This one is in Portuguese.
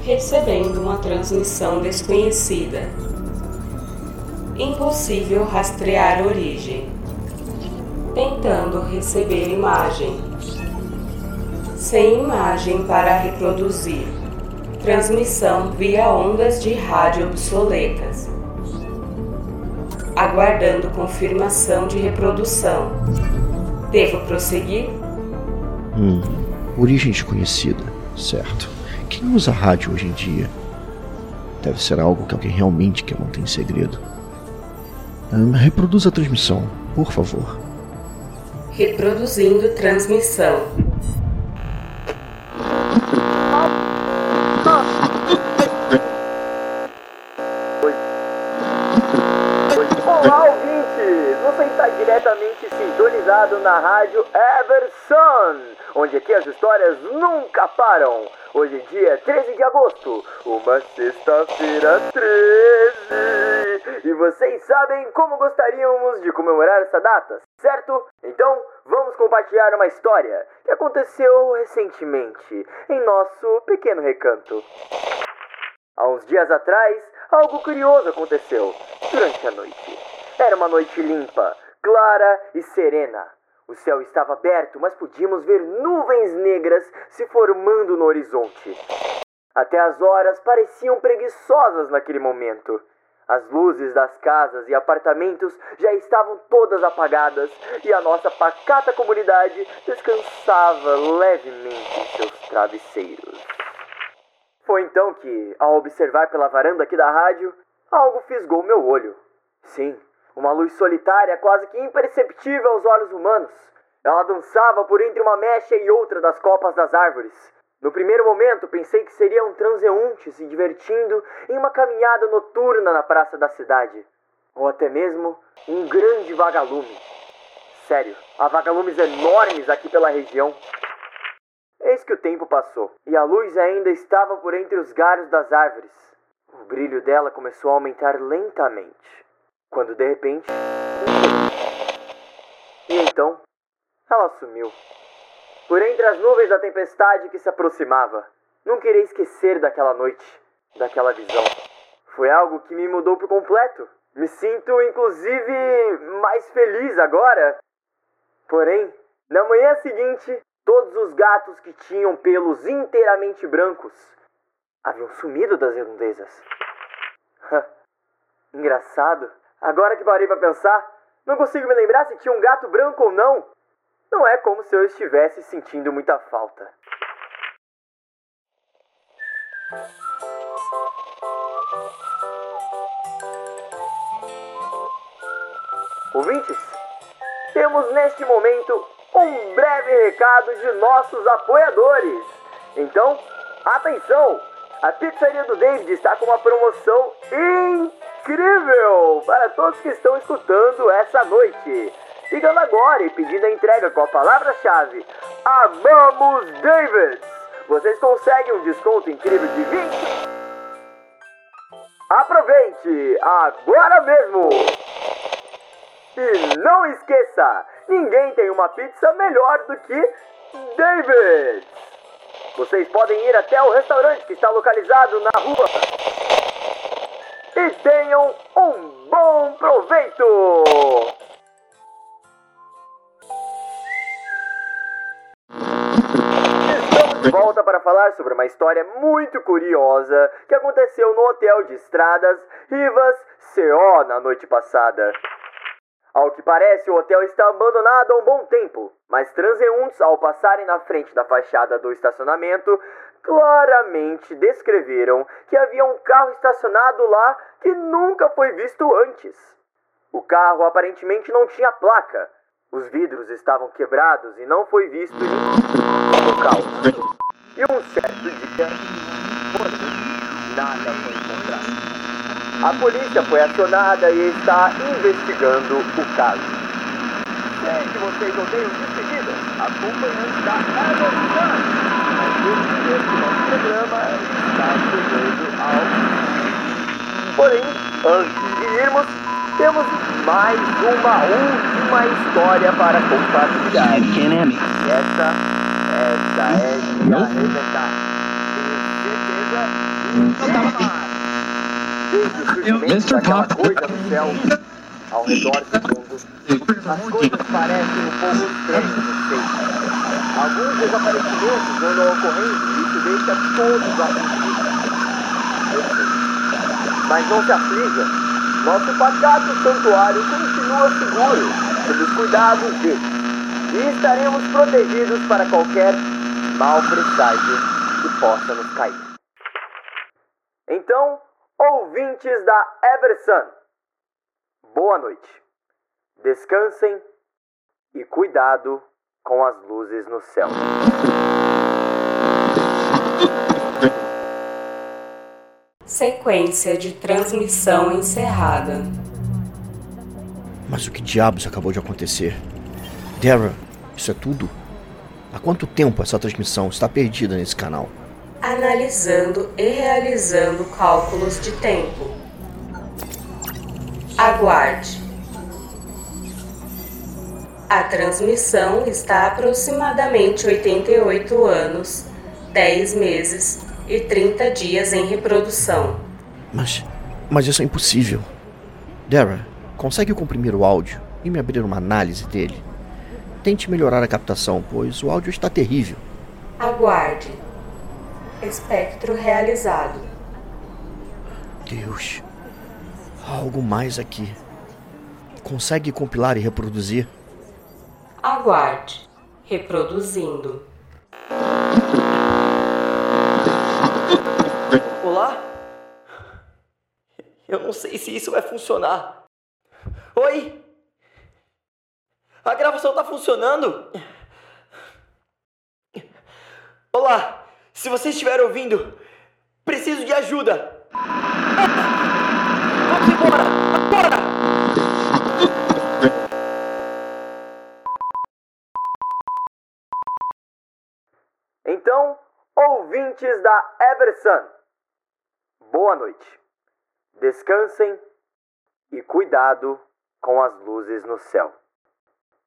recebendo uma transmissão desconhecida. Impossível rastrear a origem. Tentando receber imagem. Sem imagem para reproduzir. Transmissão via ondas de rádio obsoletas. Aguardando confirmação de reprodução. Devo prosseguir? Origem desconhecida, certo. Quem usa rádio hoje em dia? Deve ser algo que alguém realmente quer manter em segredo. Reproduza a transmissão, por favor. Reproduzindo transmissão. Olá, ouvintes! Você está diretamente sintonizado na rádio Everson, onde aqui as histórias nunca param. Hoje é dia 13 de agosto, uma sexta-feira 13. E vocês sabem como gostaríamos de comemorar essa data, certo? Então, vamos compartilhar uma história que aconteceu recentemente em nosso pequeno recanto. Há uns dias atrás, algo curioso aconteceu durante a noite. Era uma noite limpa, clara e serena. O céu estava aberto, mas podíamos ver nuvens negras se formando no horizonte. Até as horas pareciam preguiçosas naquele momento. As luzes das casas e apartamentos já estavam todas apagadas e a nossa pacata comunidade descansava levemente em seus travesseiros. Foi então que, ao observar pela varanda aqui da rádio, algo fisgou meu olho. Sim, uma luz solitária quase que imperceptível aos olhos humanos. Ela dançava por entre uma mecha e outra das copas das árvores. No primeiro momento pensei que seria um transeunte se divertindo em uma caminhada noturna na praça da cidade. Ou até mesmo um grande vagalume. Sério, há vagalumes enormes aqui pela região. Eis que o tempo passou, e a luz ainda estava por entre os galhos das árvores. O brilho dela começou a aumentar lentamente, quando de repente... E então, ela sumiu. Por entre as nuvens da tempestade que se aproximava. Nunca irei esquecer daquela noite, daquela visão. Foi algo que me mudou por completo. Me sinto, inclusive, mais feliz agora. Porém, na manhã seguinte... Todos os gatos que tinham pelos inteiramente brancos haviam sumido das redondezas. Engraçado. Agora que parei para pensar, não consigo me lembrar se tinha um gato branco ou não. Não é como se eu estivesse sentindo muita falta. Ouvintes, temos neste momento um breve recado de nossos apoiadores. Então, atenção! A pizzaria do David está com uma promoção incrível para todos que estão escutando essa noite. Ligando agora e pedindo a entrega com a palavra-chave Amamos David. Vocês conseguem um desconto incrível de 20%. Aproveite agora mesmo! E não esqueça, ninguém tem uma pizza melhor do que David. Vocês podem ir até o restaurante que está localizado na rua. E tenham um bom proveito! Estamos de volta para falar sobre uma história muito curiosa que aconteceu no hotel de Estradas Rivas CO na noite passada. Ao que parece, o hotel está abandonado há um bom tempo, mas transeuntes, ao passarem na frente da fachada do estacionamento, claramente descreveram que havia um carro estacionado lá que nunca foi visto antes. O carro aparentemente não tinha placa, os vidros estavam quebrados e não foi visto ninguém no local. E um certo dia, porém, nada foi encontrado. A polícia foi acionada e está investigando o caso. Sei que vocês odeiam despedidas, acompanhando da Everson, mas devo dizer que nosso programa está chegando ao... Porém, antes de irmos, temos mais uma última história para compartilhar. Essa é de arrebentar. Tenho certeza Desde o surgimento daquela coisa no céu, ao redor do mundo, as coisas parecem um pouco estranhas, eu sei. Alguns desaparecimentos andam ocorrendo e isso deixa todos afligidos. Eu sei. Mas não se aflija. Nosso pacato santuário continua seguro, sob os cuidados dele. E estaremos protegidos para qualquer mau presságio que possa nos cair. Então, ouvintes da Eversun, boa noite. Descansem e cuidado com as luzes no céu. Sequência de transmissão encerrada. Mas o que diabos acabou de acontecer? Dara, isso é tudo? Há quanto tempo essa transmissão está perdida nesse canal? Analisando e realizando cálculos de tempo. Aguarde. A transmissão está há aproximadamente 88 anos, 10 meses e 30 dias em reprodução. Mas isso é impossível. Dara, consegue comprimir o áudio e me abrir uma análise dele? Tente melhorar a captação, pois o áudio está terrível. Aguarde. Espectro realizado. Deus, há algo mais aqui. Consegue compilar e reproduzir? Aguarde. Reproduzindo. Olá? Eu não sei se isso vai funcionar. Oi? A gravação tá funcionando? Olá, se você estiver ouvindo, preciso de ajuda. Vamos embora, agora! Então, ouvintes da Eversun, boa noite. Descansem e cuidado com as luzes no céu.